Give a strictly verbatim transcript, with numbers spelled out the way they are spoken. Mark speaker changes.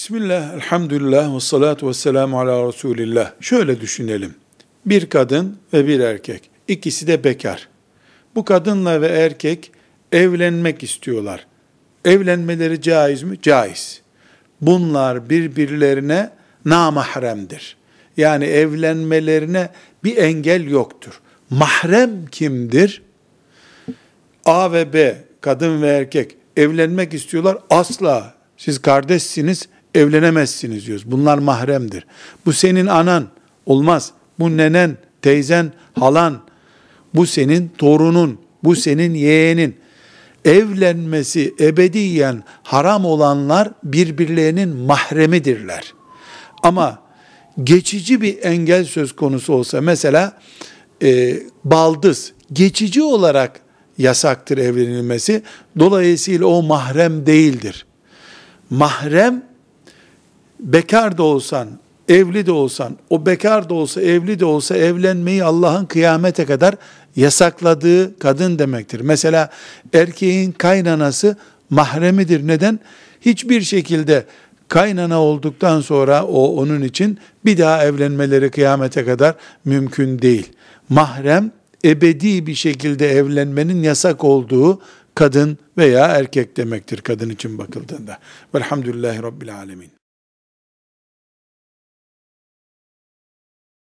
Speaker 1: Bismillah, elhamdülillah, ve salatu ve selamu ala Resulillah. Şöyle düşünelim. Bir kadın ve bir erkek. İkisi de bekar. Bu kadınla ve erkek evlenmek istiyorlar. Evlenmeleri caiz mi? Caiz. Bunlar birbirlerine namahremdir. Yani evlenmelerine bir engel yoktur. Mahrem kimdir? A ve B, kadın ve erkek evlenmek istiyorlar. Asla siz kardeşsiniz, evlenemezsiniz diyoruz. Bunlar mahremdir. Bu senin anan olmaz. Bu nenen, teyzen, halan. Bu senin torunun. Bu senin yeğenin. Evlenmesi ebediyen haram olanlar birbirlerinin mahremidirler. Ama geçici bir engel söz konusu olsa, mesela e, baldız geçici olarak yasaktır evlenilmesi. Dolayısıyla o mahrem değildir. Mahrem, bekar da olsan, evli de olsan, o bekar da olsa, evli de olsa evlenmeyi Allah'ın kıyamete kadar yasakladığı kadın demektir. Mesela erkeğin kaynanası mahremidir. Neden? Hiçbir şekilde kaynana olduktan sonra o onun için bir daha evlenmeleri kıyamete kadar mümkün değil. Mahrem, ebedi bir şekilde evlenmenin yasak olduğu kadın veya erkek demektir kadın için bakıldığında. Velhamdülillahi Rabbil Alemin.